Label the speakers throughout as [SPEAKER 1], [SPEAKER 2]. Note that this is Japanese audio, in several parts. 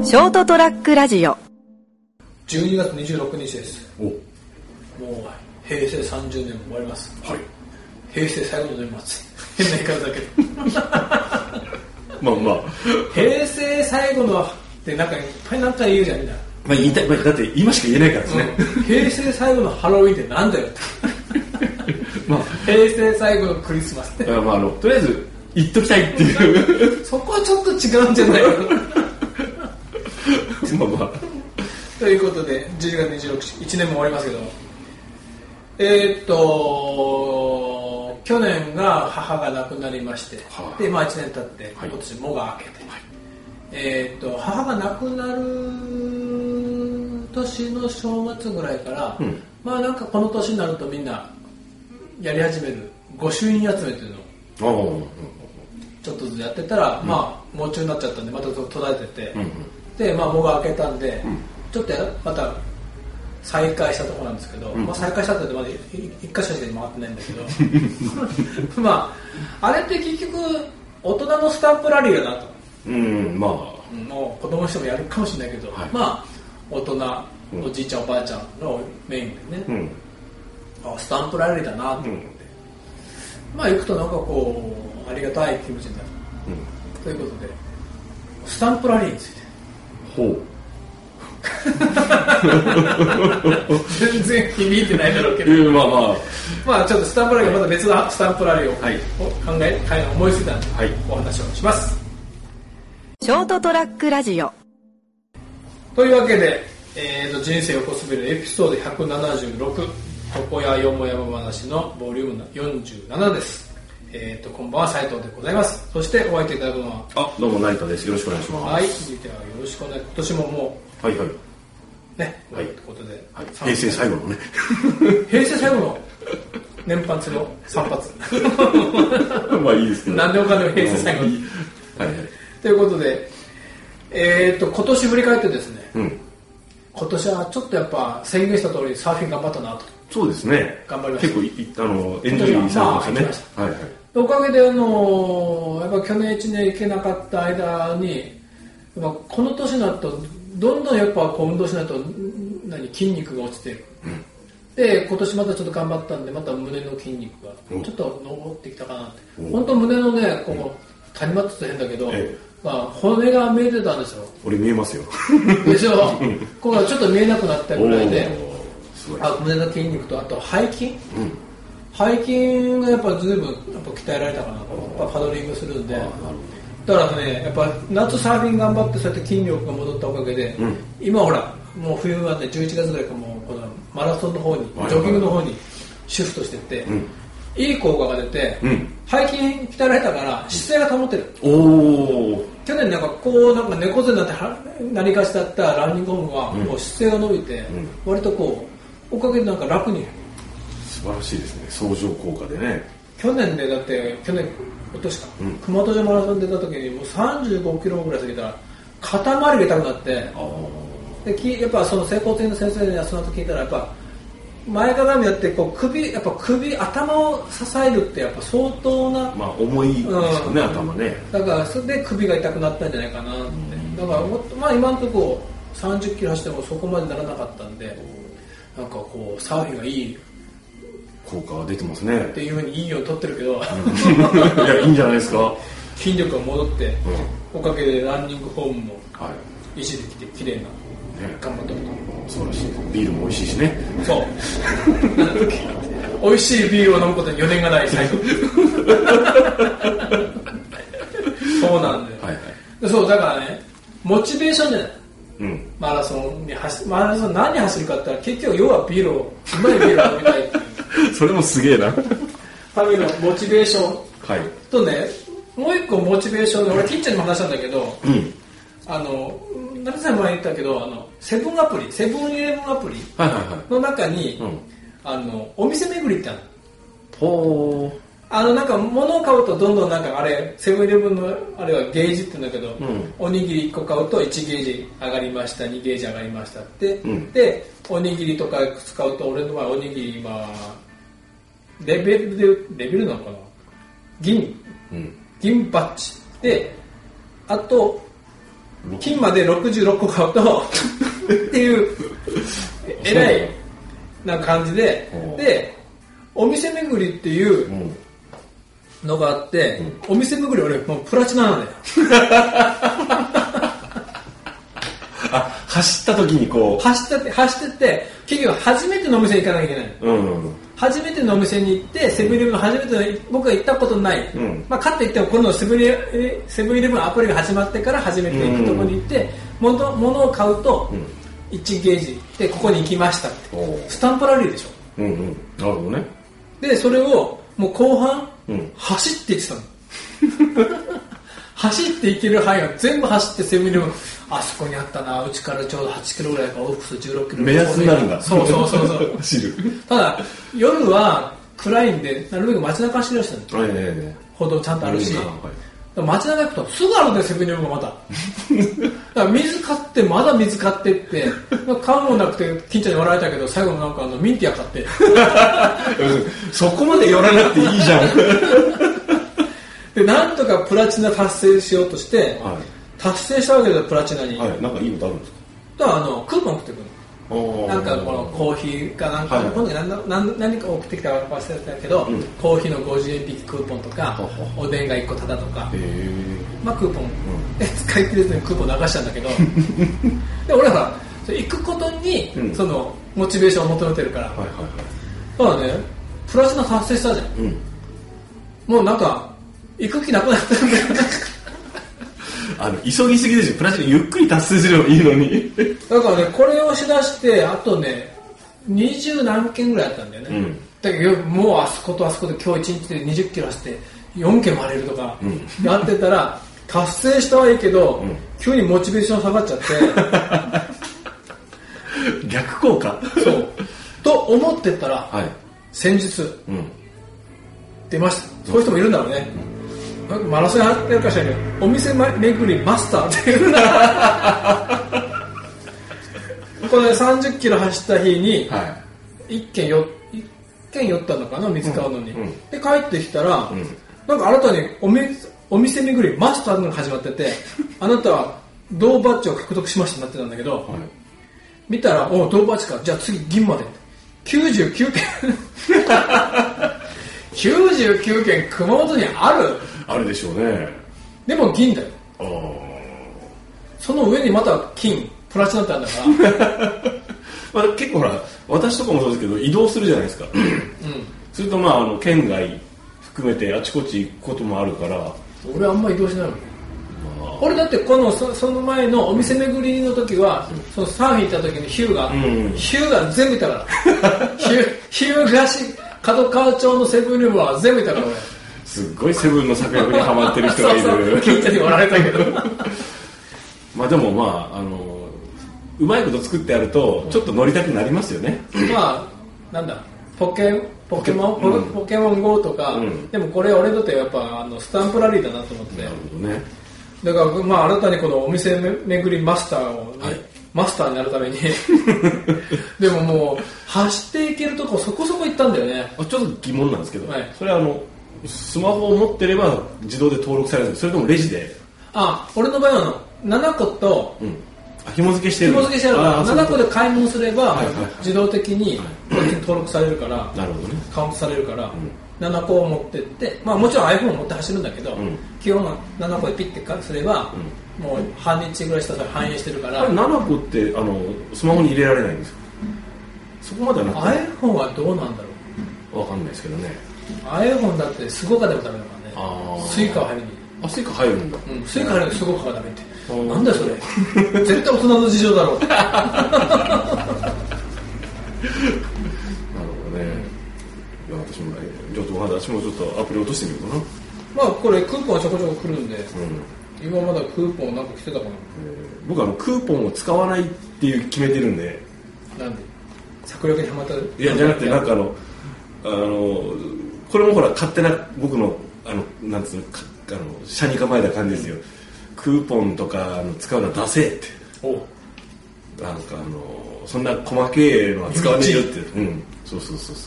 [SPEAKER 1] ショートトラックラジオ
[SPEAKER 2] 12月26日です。
[SPEAKER 3] お、
[SPEAKER 2] もう平成30年も終わります。
[SPEAKER 3] はい。
[SPEAKER 2] 平成最後の年末。変な言い方だけど
[SPEAKER 3] まあまあ
[SPEAKER 2] 平成最後のってなんかいっぱいなんか言うじゃんみんな。
[SPEAKER 3] まあ言いたい、だって今しか言えないからですね、
[SPEAKER 2] 平成最後のハロウィンってなんだよって
[SPEAKER 3] まあ
[SPEAKER 2] 平成最後のクリスマスって
[SPEAKER 3] まあとりあえず言っときたいっていう
[SPEAKER 2] そこはちょっと違うんじゃないか
[SPEAKER 3] まあまあ
[SPEAKER 2] ということで12月26日1年も終わりますけど去年が母が亡くなりまして、
[SPEAKER 3] はあ、
[SPEAKER 2] で、まあ、1年経って
[SPEAKER 3] はい、
[SPEAKER 2] 今年もが明けて、
[SPEAKER 3] はい、
[SPEAKER 2] 母が亡くなる年の正月ぐらいから、まあなんかこの年になるとみんなやり始める御朱印集めっていうのをちょっとずつやってたら、まあ夢中になっちゃったんでまた途絶えてて、でまあもが明けたんで、ちょっとまた再開したところなんですけど、まあ、再開したってまだ1箇所しか回ってないんだけどまああれって結局大人のスタンプラリーだなと、
[SPEAKER 3] まあ
[SPEAKER 2] もう子供の人もやるかもしれないけど、
[SPEAKER 3] はい、
[SPEAKER 2] まあ大人、おじいちゃんおばあちゃんのメインでね、スタンプラリーだなと思って、まあ行くとなんかこうありがたい気持ちになる、ということでスタンプラリーについて
[SPEAKER 3] ほう
[SPEAKER 2] 全然響いてないだろうけど、
[SPEAKER 3] まあまあ
[SPEAKER 2] まあちょっとスタンプラリーはまた別のスタンプラリーを、
[SPEAKER 3] はい
[SPEAKER 2] 思いついたので、
[SPEAKER 3] はい、
[SPEAKER 2] お話をします。
[SPEAKER 1] ショートトラックラジオ
[SPEAKER 2] というわけで、人生をこすべるエピソード176床屋よもやま話のボリューム47です。こんばんは斉藤でございます。そしてお相手いただくのは
[SPEAKER 3] どうも成田です。よろしくお願いします。
[SPEAKER 2] はい、続いてはよろしくお願いします。今年ももう
[SPEAKER 3] はいはい
[SPEAKER 2] ね、
[SPEAKER 3] はい、
[SPEAKER 2] ということで、
[SPEAKER 3] はい、平成最後のね
[SPEAKER 2] 平成最後の年パンツの3発
[SPEAKER 3] まあいいですけど
[SPEAKER 2] 何でもかんでも平成最後に
[SPEAKER 3] はい、はい、
[SPEAKER 2] ということで今年振り返ってですね、今年はちょっとやっぱ宣言した通りサーフィン頑張ったなと。
[SPEAKER 3] そうですね、
[SPEAKER 2] 頑張りました。
[SPEAKER 3] 結構エンジョイされてましたね、はいはい、
[SPEAKER 2] おかげでやっぱ去年1年行けなかった間にやっぱこの年になるとどんどんやっぱこう運動しないと筋肉が落ちてる、で今年またちょっと頑張ったんでまた胸の筋肉がちょっと上ってきたかなって、本当胸のねここ谷間って言うと変だけど、まあ、骨が見えてたんですよ。
[SPEAKER 3] 俺見えますよ
[SPEAKER 2] でしょここがちょっと見えなくなったぐらいで、胸の筋肉とあと背筋、背筋がやっぱ随分やっぱ鍛えられたかなと、パドリングするんで、だからねやっぱ夏サーフィン頑張ってそうやって筋力が戻ったおかげで、今ほらもう冬はね11月ぐらいからもうこのマラソンの方にジョギングの方にシフトしてって、いい効果が出て、背筋鍛えられたから姿勢が保てる。去年なんかこうなんか猫背になってなりがちだったランニングフォームがもう姿勢が伸びて、割とこうおかげでなんか楽に。
[SPEAKER 3] 素晴らしいですね、相乗効果でね。
[SPEAKER 2] 去年でだって今年か、熊本城マラソン出た時にもう35キロぐらい過ぎたら肩周りが痛くなって、でやっぱその整骨院の先生にその後聞いたらやっぱ前かがみやってこう首頭を支えるってやっぱ相当な、
[SPEAKER 3] まあ重いですよね、頭ね。
[SPEAKER 2] だからそれで首が痛くなったんじゃないかなって、だからまあ今のところ30キロ走ってもそこまでならなかったんで、なんかこうサーフィンがいい
[SPEAKER 3] 効果が出てますね
[SPEAKER 2] っていうふうにいいように取ってるけど
[SPEAKER 3] いやいいんじゃないですか。
[SPEAKER 2] 筋力が戻って、おかげでランニングフォームも維持できて綺麗な、頑張ってると。
[SPEAKER 3] 素晴らしい。ビールも美味しいしね。
[SPEAKER 2] そう美味しいビールを飲むことに余念がない最後そうなんで、そうだからねモチベーションじゃない、マラソン何走るかって言ったら結局要はビールをうまいビールを飲みたいっていう
[SPEAKER 3] それもすげえな
[SPEAKER 2] ためのモチベーション、とねもう一個モチベーションで俺キッチンにも話したんだけど、成田さん前言ったけどセブンイレブンアプリの中に、お店巡りってある。
[SPEAKER 3] ほ
[SPEAKER 2] なんか物を買うとどんどんなんかあれセブンイレブンのあれはゲージって言うんだけど、おにぎり1個買うと1ゲージ上がりました2ゲージ上がりましたって、でおにぎりとか使うと俺の場合おにぎり今レベルなのかな、銀バッジであと金まで66個買うとっていうえらいな感じで、でお店巡りっていうのがあって、お店巡り俺もうプラチナなんだよ
[SPEAKER 3] あ、走った時にこう
[SPEAKER 2] 走ってって結局初めてのお店に行かなきゃいけない、初めてのお店に行ってセブンイレブンの初めての僕が行ったことない、まあかって言ってもこのセブンイレブンのアプリが始まってから初めて行くところに行って、物を買うと1ゲージでここに行きましたって、スタンプラリーでしょ、
[SPEAKER 3] なるほどね。
[SPEAKER 2] でそれをもう後半、走っていってたの走っていける範囲を全部走ってセブンイレブンあそこにあったな、うちからちょうど8キロぐらいか往復する16キロ
[SPEAKER 3] 目安になるんだ。
[SPEAKER 2] そう
[SPEAKER 3] 走る。
[SPEAKER 2] ただ夜は暗いんでなるべく街中走らせたの、歩道ちゃんとあるし、街中行くとすぐあるんだよセブンイレブンがまただから水買ってまだ水買ってって買うもんなくて近所に笑われたけど最後なんかミンティア買って
[SPEAKER 3] そこまで寄らなくていいじゃん
[SPEAKER 2] でなんとかプラチナ達成しようとして、達成したわけだよプラチナに、
[SPEAKER 3] なんかいいことあるんですか。
[SPEAKER 2] だからクーポン送ってくるの、なんかこのコーヒーかなんか、今度何か送ってきたか忘れてたけど、コーヒーの50円引きクーポンとか、おでんが1個タダとか、まあクーポン、使い切れずにクーポン流したんだけどで俺は行くことに、そのモチベーションを求めてるから、だからねプラチナ達成したじゃん、もうなんか行く気なくなったんだよ
[SPEAKER 3] 急ぎすぎですよ。プラチナゆっくり達成すればいいのに
[SPEAKER 2] だからねこれをしだしてあとね20何件ぐらいあったんだよね、だけどもうあそことあそこで今日1日で20キロ走って4件回れるとかやってたら、達成したはいいけど、急にモチベーション下がっちゃって
[SPEAKER 3] 逆効果
[SPEAKER 2] そうと思ってたら、先日、出ました。そういう人もいるんだろうね、マラソンやってるかしらね、お店巡りマスターっていうこれ30キロ走った日に1軒寄ったのかな、水買うのに、で帰ってきたら、なんか新たにお店巡りマスターが始まっててあなたは銅バッジを獲得しましたってなってたんだけど、見たらお銅バッジか、じゃあ次銀まで99件99件熊本にあ
[SPEAKER 3] るでしょうね。
[SPEAKER 2] でも銀だよ。その上にまた金プラチナってあるんだから
[SPEAKER 3] 結構ほら私とかもそうですけど移動するじゃないですか、すると県外含めてあちこち行くこともあるから。
[SPEAKER 2] 俺あんま移動しないもん。俺だってその前のお店巡りの時は、そのサーフィン行った時にヒューが全部いたからヒュー角川町のセブンイレブンは全部いたから俺。
[SPEAKER 3] すっごいセブンの策略にハマってる人がいる
[SPEAKER 2] 近所に笑えたけど
[SPEAKER 3] でもうまいこと作ってやるとちょっと乗りたくなりますよね
[SPEAKER 2] なんだポケモン GO とか、でもこれ俺だってやっぱスタンプラリーだなと思って。
[SPEAKER 3] なるほどね。
[SPEAKER 2] だから新たにこのお店巡りマスターを、マスターになるためにでももう走っていけるとこそこそこ行ったんだよね。
[SPEAKER 3] ちょっと疑問なんですけど、それはスマホを持ってれば自動で登録されるんですか、それともレジで。
[SPEAKER 2] 俺の場合は7個と、
[SPEAKER 3] 紐付けしてる。
[SPEAKER 2] 紐付けしてるから7個で買い物すれば、自動的にこっちに登録されるから、
[SPEAKER 3] なるほどね、
[SPEAKER 2] カウントされるから、7個を持ってって、もちろん iPhone を持って走るんだけど、基本は7個でピッてすれば、もう半日ぐらいしたら反映してるから。
[SPEAKER 3] 7個ってスマホに入れられないんですか。そこまではなくて
[SPEAKER 2] iPhone はどうなんだろ
[SPEAKER 3] う。わかんないですけどね。
[SPEAKER 2] iPhone だってスゴカでもダメだからね。スイカは入るに。
[SPEAKER 3] スイカ入るんだ。
[SPEAKER 2] スイカ入るのスゴカがダメって。なんだよそれ。絶対大人の事情だろう。なる
[SPEAKER 3] ほどね。私もちょっとアプリ落としてみようかな。
[SPEAKER 2] これクーポンはちょこちょこ来るんで、今まだクーポンなんか来てたかな。
[SPEAKER 3] 僕はクーポンを使わないっていう決めてるんで。
[SPEAKER 2] なんで策略にはまった。
[SPEAKER 3] いやじゃなくてこれもほら勝手な僕のなんつうの車に構えた感じですよ。クーポンとか使うのはダセーって。そんな細けえのは使わねえよって。そう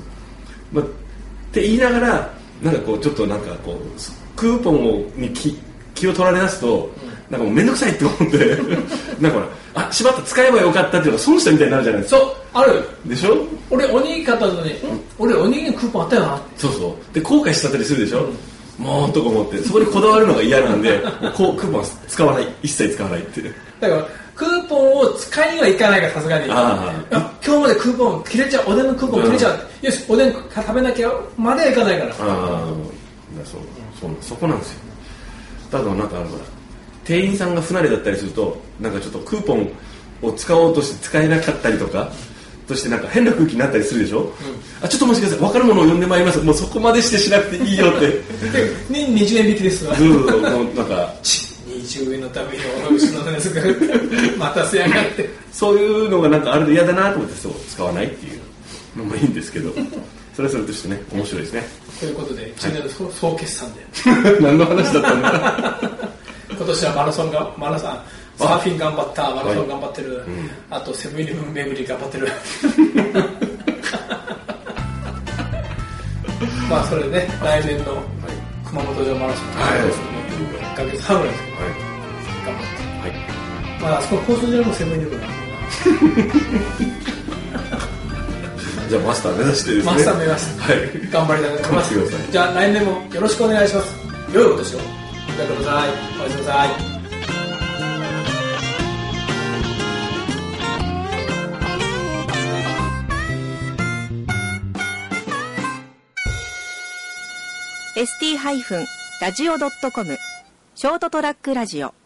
[SPEAKER 3] って言いながらちょっとクーポンに気を取られ出すと、 なんかもうめんどくさいって思ってなんかほらしまった使えばよかったっていうのが損したみたいになるじゃないですか。
[SPEAKER 2] そうある
[SPEAKER 3] でしょ。
[SPEAKER 2] 俺おにぎり買ったのに、俺おにぎりのクーポンあったよな。
[SPEAKER 3] そうそうで後悔しちゃったりするでしょ、もうとか思ってそこにこだわるのが嫌なんでこうクーポンは使わない、一切使わないって
[SPEAKER 2] だからクーポンを使いにはいかないからさすがに今日までクーポン切れちゃう、おでんのクーポン切れちゃう、よしおでん食べなきゃまではいかないから。
[SPEAKER 3] そこなんですよ。ただなんかほら店員さんが不慣れだったりするとなんかちょっとクーポンを使おうとして使えなかったりとかとしてなんか変な空気になったりするでしょ、ちょっとお待ちください、分かるものを呼んでまいります、もうそこまでしてしなくていいよって
[SPEAKER 2] 20円引きですわ
[SPEAKER 3] なんか
[SPEAKER 2] 20円のために後ろのやつが待たせやがって
[SPEAKER 3] そういうのがなんかあると嫌だなと思ってそう使わないっていうのもいいんですけどそれはそれとしてね面白いですね。
[SPEAKER 2] ということで中年の総決算で
[SPEAKER 3] 何の話だったんだ
[SPEAKER 2] 今年はマラソンサーフィン頑張った、マラソン頑張ってる、あとセブンイレブン巡り頑張ってるまあそれね来年の熊本城マラソン、1ヶ月半ぐらいですけど、頑張って、まああそこ交通場もセブンイレブンなんで
[SPEAKER 3] じゃあマスター目指してですね。
[SPEAKER 2] マスター目指して、頑張りたいと思います。じゃあ来年もよろしくお願いします。良いお年を。ありがとうございます。おやすみなさい。
[SPEAKER 1] ST-radio.com ショートトラックラジオ